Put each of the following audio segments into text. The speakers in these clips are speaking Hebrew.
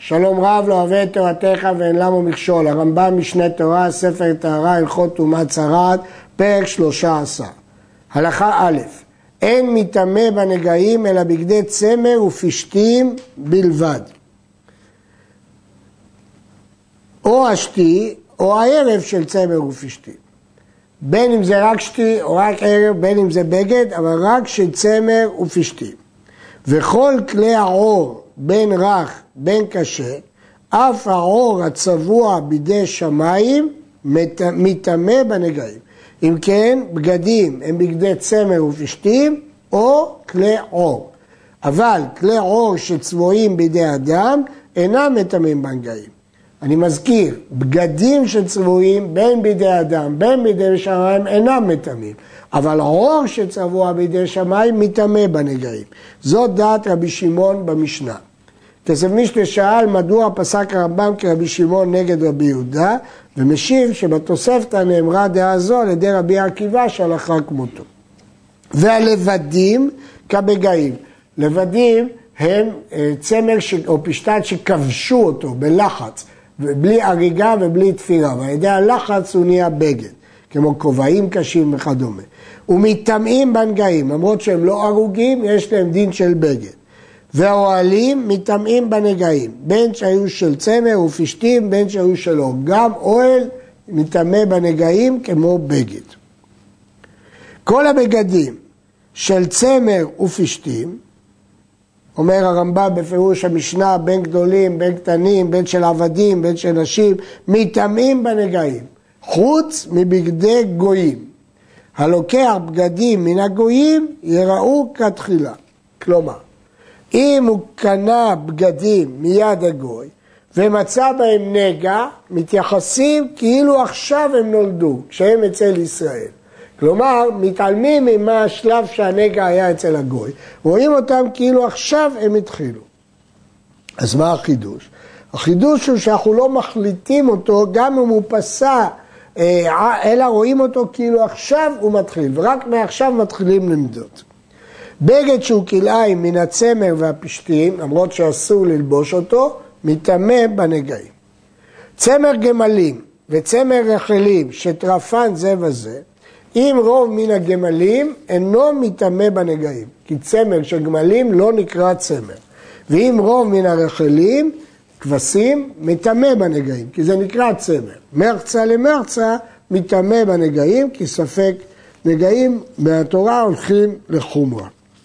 שלום רב לא אוהב את תורתך ואין למה מכשול. הרמב"ם משנה תורה, ספר טהרה, הלכות טומאת צרעת, פרק 13. הלכה א', אין מטמא בנגעים אלא בגדי צמר ופשתים בלבד. או השתי או הערב של צמר ופשתים. בין אם זה רק שתי או רק ערב, בין אם זה בגד, אבל רק של צמר ופשתים. וכל כלי העור, בין רך בין קשה, אף העור הצבוע בידי שמיים מטמא בנגעים. אם כן, בגדים הם בגדי צמר ופשתים או כלי עור. אבל כלי עור שצבועים בידי אדם אינם מטמאים בנגעים. אני מזכיר, בגדים שצבועים בין בידי אדם, בין בידי שמיים אינם מטמאים. אבל עור שצבוע בידי שמיים מטמא בנגעים. זאת דעת רבי שמעון במשנה. כסף משנה שאל מדוע פסק הרמב"ם כרבי שמעון נגד רבי יהודה, ומשיב שבתוספתא נאמרה דעה זו על ידי רבי עקיבא שהלכה כמותו. והלבדים כבגעים. לבדים הם צמר או פשטן שכבשו אותו בלחץ, בלי הריגה ובלי תפירה, ועל ידי הלחץ הוא נהיה בגד, כמו כובעים קשים וכדומה. ומטמאים בנגעים, למרות שהם לא הרוגים, יש להם דין של בגד. והאוהלים מטמאים בנגעים, בין שהיו של צמר ופשתים, בין שהיו של אור. גם אוהל מטמא בנגעים כמו בגד. כל הבגדים של צמר ופשתים, אומר הרמב"ם בפירוש המשנה, בין גדולים, בין קטנים, בין של עבדים, בין של נשים, מטמאים בנגעים, חוץ מבגדי גויים. הלוקח בגדים מן הגויים יראו כתחילה. כלומר, אם הוא קנה בגדים מיד הגוי ומצא בהם נגע, מתייחסים כאילו עכשיו הם נולדו, כשהם אצל ישראל. כלומר, מתעלמים ממה השלב שהנגע היה אצל הגוי, רואים אותם כאילו עכשיו הם התחילו. אז מה החידוש? החידוש הוא שאנחנו לא מחליטים אותו גם אם הוא פסע, אלא רואים אותו כאילו עכשיו הוא מתחיל, ורק מעכשיו מתחילים למדוד. בגד שהוא כלאיים מן הצמר והפשתים, למרות שאסור ללבוש אותו, מטמא בנגעים. צמר גמלים וצמר רחלים שטרפן זה וזה, אם רוב מן הגמלים אינו מטמא בנגעים, כי צמר של גמלים לא נקרא צמר. ואם רוב מן הרחלים, כבשים, מטמא בנגעים, כי זה נקרא צמר. מרצה למרצה מטמא בנגעים, כי ספק נגעים מהתורה הולכים לחומרה.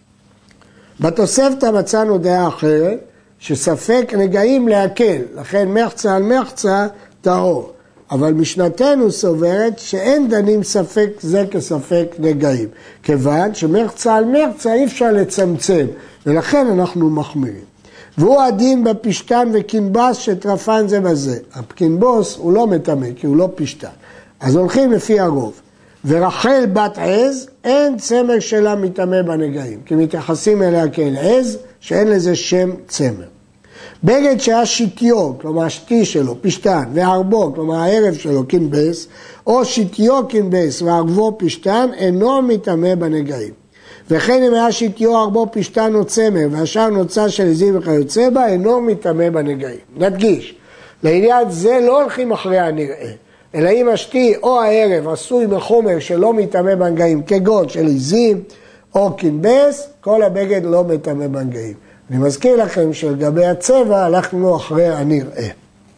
בתוספתא מצאנו דעה אחרת, שספק נגעים להקל, לכן מרצה על מרצה טהור. אבל משנתנו סוברת שאין דנים ספק זה כספק נגעים, כיוון שמרצה על מרצה אי אפשר לצמצם, ולכן אנחנו מחמירים. והוא הדין בפשטן וקנבס שטרפן זה בזה. הקנבוס הוא לא מטמא, כי הוא לא פשטן. אז הולכים לפי הרוב. ורחל בת עז, אין צמר שלה מטמא בנגעים, כי מתייחסים אליה כאל עז, שאין לזה שם צמר. בגד שהיה שטיו, כלומר השתי שלו, פשטן, וערבו, כלומר הערב שלו, קנבס, או שטיו קנבס וערבו פשטן, אינו מטמא בנגעים. וכן אם היה שטיו ערבו פשטן או צמר, והשאר נוצה של עזים וכיוצא בה, אינו מטמא בנגעים. נדגיש, לעניין זה לא הולכים אחרי הנראה, אלא אם השתי או הערב עשוי מחומר שלא מטמא בנגעים, כגון של עזים או קנבס, כל הבגד לא מטמא בנגעים. אני מזכיר לכם שלגבי הצבע הלכנו אחרי הנראה.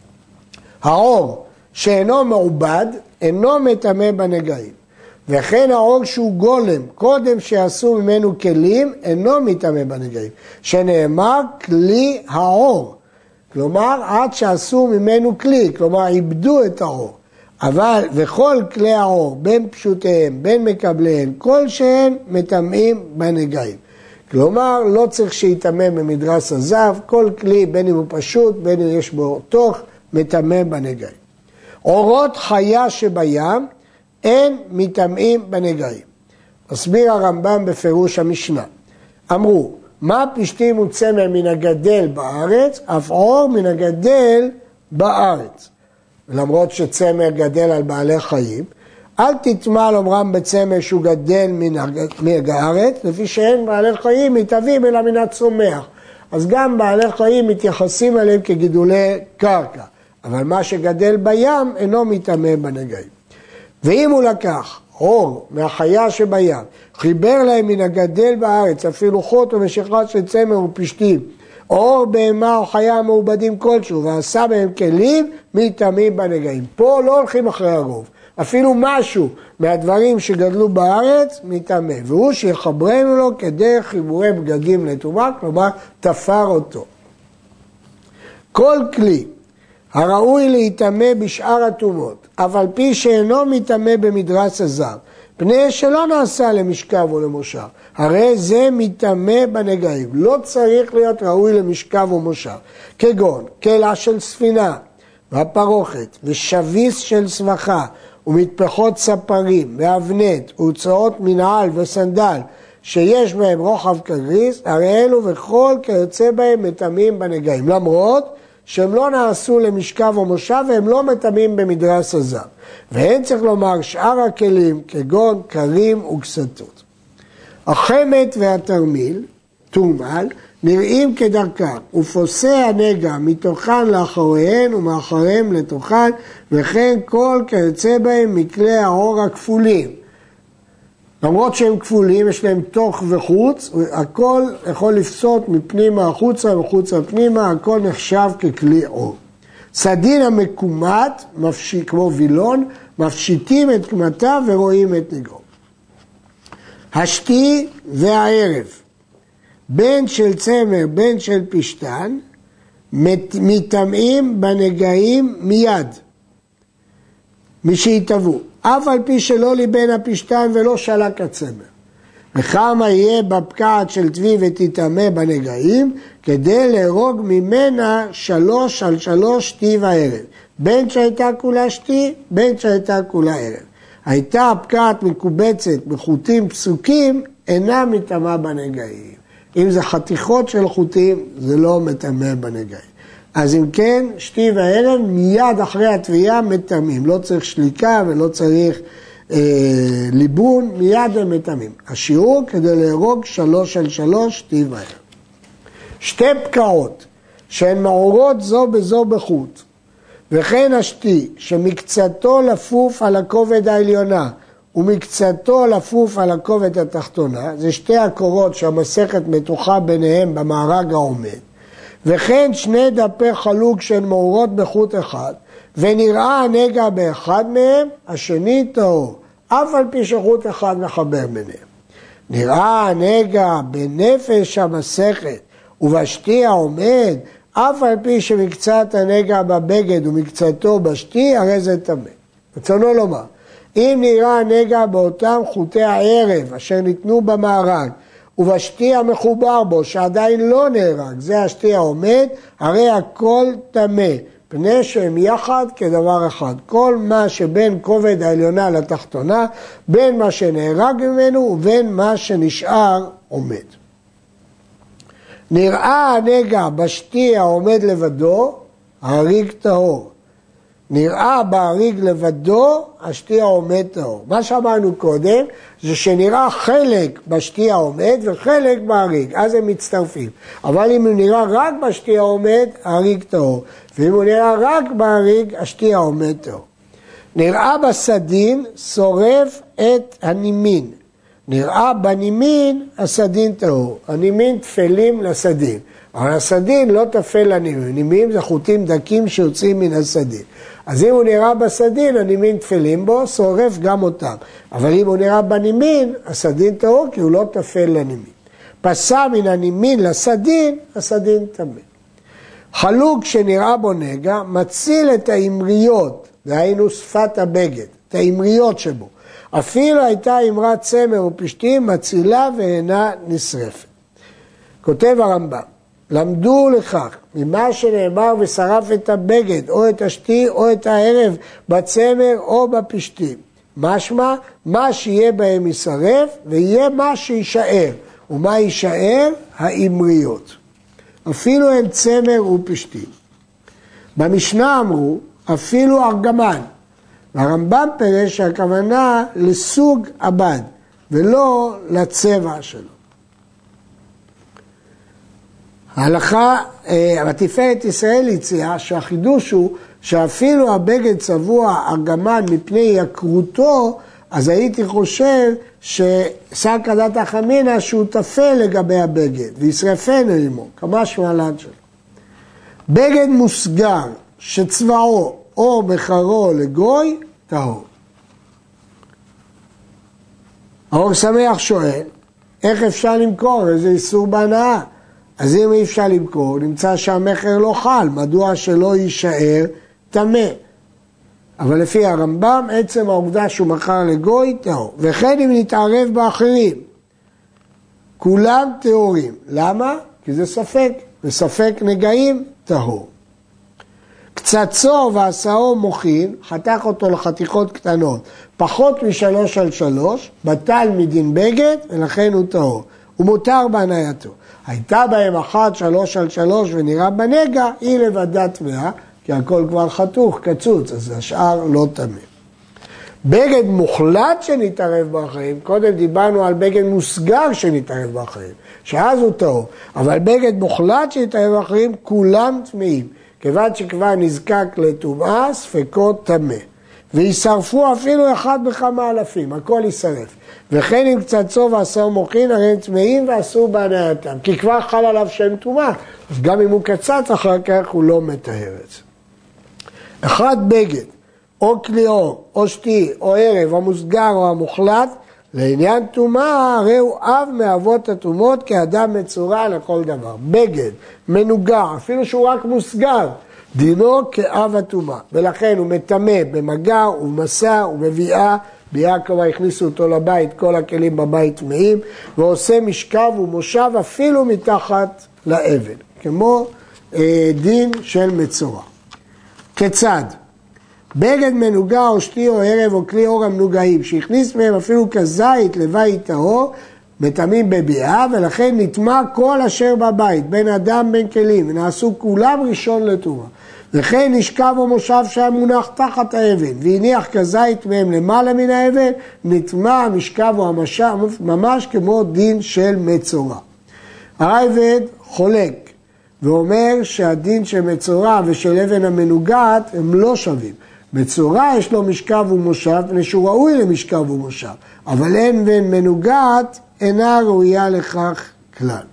העור שאינו מעובד אינו מטמא בנגעים. וכן העור שהוא גולם קודם שעשו ממנו כלים אינו מטמא בנגעים. שנאמר כלי העור. כלומר עד שעשו ממנו כלי, כלומר איבדו את העור. אבל וכל כלי העור בין פשוטיהם בין מקבליהם כל שהם מטמאים בנגעים. כלומר, לא צריך שיטמא במדרס הזהב, כל כלי, בין אם הוא פשוט, בין אם יש בו תוך, מטמא בנגעים. אורות חיה שבים, אין מטמאים בנגעים. מסביר הרמב"ם בפירוש המשנה. אמרו, מה פשתים וצמר מן הגדל בארץ, אף עור מן הגדל בארץ. למרות שצמר גדל על בעלי חיים, אל תטמע לומרם בצמר שהוא גדל מן הארץ, לפי שאין בעלי חיים מתהווים אלא מן הצומח. אז גם בעלי חיים מתייחסים אליהם כגידולי קרקע. אבל מה שגדל בים אינו מטמא בנגעים. ואם הוא לקח עור מהחיה שבים, חיבר להם מן הגדל בארץ, אפילו חוט ומשחה של צמר ופשתים, או עור בהמה או חיה מעובדים כלשהו, ועשה בהם כלים, מטמאים בנגעים. פה לא הולכים אחרי הרוב. אפילו משהו מהדברים שגדלו בארץ מטמא. והוא שיחברנו לו כדרך חיבורי בגדים לטומאה, כלומר תפר אותו. כל כלי הראוי להיטמא בשאר הטומאות, אף על פי שאינו מטמא במדרס הזר, פני שלא נעשה למשכב או למושב, הרי זה מטמא בנגעים, לא צריך להיות ראוי למשכב או מושב, כגון קלע של ספינה והפרוכת ושביס של סבכה ומטפחות ספרים ואבנת והוצאות מנעל וסנדל שיש בהם רוחב כגריס, הרי אלו וכל כיוצא בהם מטמאים בנגעים, למרות שהם לא נעשו למשכב או מושב והם לא מטמאים במדרס הזר. ואין צריך לומר שאר הכלים כגון קרים וקסתות. החמת והתרמיל, תורמל, נראים כדרכם, ופוסי הנגע מתוכן לאחוריהן ומאחריהם לתוכן, וכן כל כיוצא בהם מכלי העור הכפולים. למרות שהם כפולים, יש להם תוך וחוץ, הכל יכול לפסות מפנימה החוצה וחוצה פנימה, הכל נחשב ככלי עור. סדין המקומט, כמו וילון, מפשיטים את קמתה ורואים את נגעו. השתי והערב, בין של צמר, בין של פשטן, מטמאים בנגעים מיד, משהתאבו. אף על פי שלא ליבן הפשטן ולא שלק הצמר. וכמה יהיה בפקעת של צבי ותטמא בנגעים, כדי להרוג ממנה 3 על 3 שתי וערב. בין שהייתה כולה שתי, בין שהייתה כולה ערב. הייתה הפקעת מקובצת בחוטים פסוקים, אינה מטמאה בנגעים. אם זה חתיכות של חוטים, זה לא מטמא בנגעים. אז אם כן, שתי וערב מיד אחרי התביעה מטמאים. לא צריך שליקה ולא צריך ליבון, מיד הם מטמאים. השיעור כדי להרוג 3 על 3 שתי וערב. שתי פקעות שהן מעורות זו בזו בחוט, וכן השתי שמקצתו לפוף על הכובד העליונה ומקצתו לפוף על הכובד התחתונה, זה שתי הקורות שהמסכת מתוחה ביניהם במארג העומד, וכן 2 דפי חלוק שהן מעורות בחוט אחד, ונראה הנגע באחד מהם, השני טהור, אף על פי שחוט אחד מחבר ביניהם. נראה הנגע בנפש המסכת ובשתי העומד, אף על פי שמקצת הנגע בבגד ומקצתו בשתי, הרי זה טמא. רצונו לומר, אם נראה הנגע באותם חוטי הערב אשר ניתנו במארג, ובשתי המחובר בו שעדיין לא נהרג, זה השתי העומד, הרי הכל טמא, פני שהם יחד כדבר אחד. כל מה שבין כובד העליונה לתחתונה, בין מה שנהרג ממנו ובין מה שנשאר עומד. נראה הנגע בשתי העומד לבדו, הריג טהור. נראה בהריג לבדו, השתי העומד טהור. מה שאמרנו קודם, זה שנראה חלק בשתי העומד וחלק בהריג, אז הם מצטרפים. אבל אם הוא נראה רק בשתי העומד, הריג טהור. ואם הוא נראה רק בהריג, השתי העומד טהור. נראה בסדין, שורף את הנימין. נראה בנימין, הסדין טהור. הנימין תפלים לסדין. אבל הסדין לא תפל לנימין. נימין זה חוטים דקים שיוצאים מן הסדין. אז אם הוא נראה בסדין, הנימין תפלים בו, שורף גם אותם. אבל אם הוא נראה בנימין, הסדין טהור, כי הוא לא תפל לנימין. פסע מן הנימין לסדין, הסדין טמא. חלוק שנראה בו נגע, מציל את האמריות, והיינו שפת הבגד, את האמריות שבו. אפילו הייתה אמרת צמר ופשתים, מצילה ואינה נשרפת. כותב הרמב"ם, למדו לכך, ממה שנאמר ושרף את הבגד, או את השתי, או את הערב, בצמר או בפשתים. משמע, מה שיהיה בהם ישרף, ויהיה מה שישאר. ומה יישאר? האמריות. אפילו הם צמר ופשתים. במשנה אמרו, אפילו ארגמן. והרמב"ם פירש שהכוונה לסוג הבד, ולא לצבע שלו. ההלכה, התפארת ישראל הציעה שהחידוש הוא שאפילו הבגד צבוע ארגמן מפני יקרותו, אז הייתי חושב שסק עדת החמינה שהוא תפל לגבי הבגד, וישרפנו עמו, כמה שמלן שלו. בגד מוסגר שצבעו או מחרו לגוי, טהור. האור שמח שואל, איך אפשר למכור? איזה איסור בהנאה? אז אם אי אפשר למכור, נמצא שהמחר לא חל, מדוע שלא יישאר טמא. אבל לפי הרמב"ם, עצם העובדה שהוא מכר לגוי, טהור. וכן אם נתערב באחרים, כולם טהורים. למה? כי זה ספק, וספק נגעים, טהור. קצצו ועשאו מוכין, חתך אותו לחתיכות קטנות, פחות מ3 על 3, בטל מדין בגד, ולכן הוא טהור. הוא מותר בהנייתו. הייתה בהם 1 3 על 3 ונראה בנגע, היא לבדה טמאה, כי הכל כבר חתוך, קצוץ, אז השאר לא טמא. בגד מוחלט שנתערב באחרים, קודם דיברנו על בגד מוסגר שנתערב באחרים, שאז הוא טהור, אבל בגד מוחלט שנתערב באחרים, כולם טמאים, כיוון שכבר נזקק לטומאה, ספקו טמא. וישרפו אפילו אחד בכמה אלפים, הכל יישרף. וכן אם קצצו ועשאו מוכין, הרי הם טמאים ועשו בהנייתם, כי כבר חל עליו שם טומאה, אז גם אם הוא קצץ אחר כך הוא לא מטהר את זה. אחד בגד, או כליאו, או שתי, או ערב, המוסגר או המוחלט, לעניין טומאה, הרי הוא אב מאבות הטומאות כאדם מצורע לכל דבר. בגד, מנוגע, אפילו שהוא רק מוסגר, דינו כאב הטומאה. ולכן הוא מטמא במגע ובמסע ובביאה, ביאה כבר הכניסו אותו לבית, כל הכלים בבית טמאים, ועושה משכב ומושב אפילו מתחת לאבן, כמו דין של מצורע. כיצד? בגד מנוגע או שתי או ערב או כלי אור המנוגעים, שהכניס מהם אפילו כזית לבית טהור, מטמאים בביאה, ולכן נטמא כל אשר בבית, בין אדם בין כלים, ונעשו כולם ראשון לטומאה. וכן נשכב או מושב שהיה מונח תחת האבן, והניח כזית מהם למעלה מן האבן, נטמא המשכב או המשב, ממש כמו דין של מצורע. הרייבד חולק, ואומר שהדין של מצורע ושל אבן המנוגעת הם לא שווים. מצורע יש לו משכב ומושב, ושהוא ראוי למשכב ומושב, אבל אבן מנוגעת אינה ראויה לכך כלל.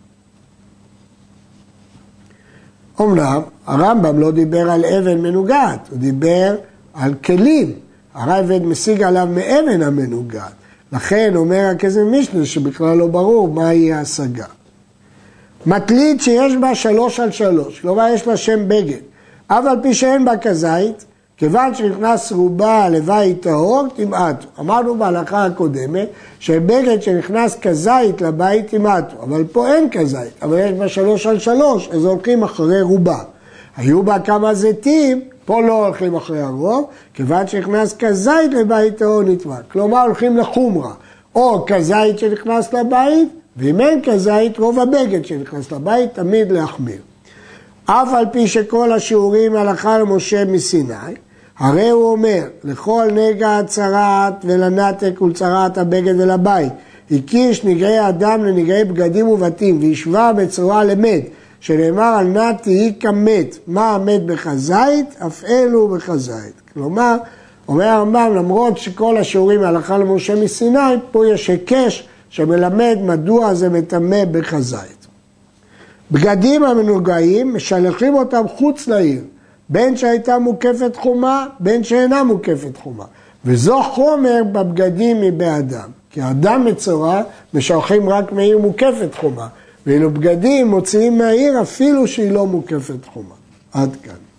אומנם, הרמב"ם לא דיבר על אבן מנוגעת, הוא דיבר על כלים. הרייבד משיג עליו מאבן המנוגעת. לכן אומר הכזב משנה שבכלל לא ברור מהי ההשגה. מטלית שיש בה 3 על 3, כלומר יש לה שם בגד, אף על פי שאין בה כזית, כיוון שנכנס רובה לבית טהור, תמעטו. אמרנו בהלכה הקודמת שבגד שנכנס כזית לבית תמעטו, אבל פה אין כזית, אבל יש בה 3 על 3, אז הולכים אחרי רובה. היו בה כמה זיתים, פה לא הולכים אחרי הרוב, כיוון שנכנס כזית לבית טהור נטמא. כלומר הולכים לחומרה, או כזית שנכנס לבית, ואם אין כזית, רוב הבגד שנכנס לבית תמיד להחמיר. אף על פי שכל השיעורים הלכה למשה מסיני, הרי הוא אומר, לכל נגע הצרעת ולנתק ולצרעת הבגד ולבית, הקיש נגעי אדם לנגעי בגדים ובתים, והשווה בצורה למת, שנאמר על נתי היא כמת, מה המת בחזית, אף אלו בחזית. כלומר, אומר הרמב"ם, למרות שכל השיעורים הלכה למשה מסיני, פה יש היקש שמלמד מדוע זה מטמא בחזית. בגדים המנוגעים משלחים אותם חוץ לעיר, בין שהייתה מוקפת חומה, בין שאינה מוקפת חומה. וזו חומר בבגדים מבאדם. כי האדם מצורע משלחים רק מעיר מוקפת חומה, ואילו בגדים מוציאים מהעיר אפילו שהיא לא מוקפת חומה. עד כאן.